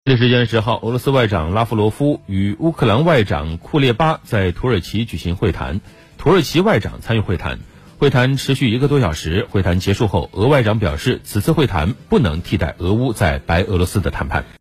日时间10号，俄罗斯外长拉夫罗夫与乌克兰外长库列巴在土耳其举行会谈，土耳其外长参与会谈。会谈持续1个多小时，会谈结束后，俄外长表示，此次会谈不能替代俄乌在白俄罗斯的谈判。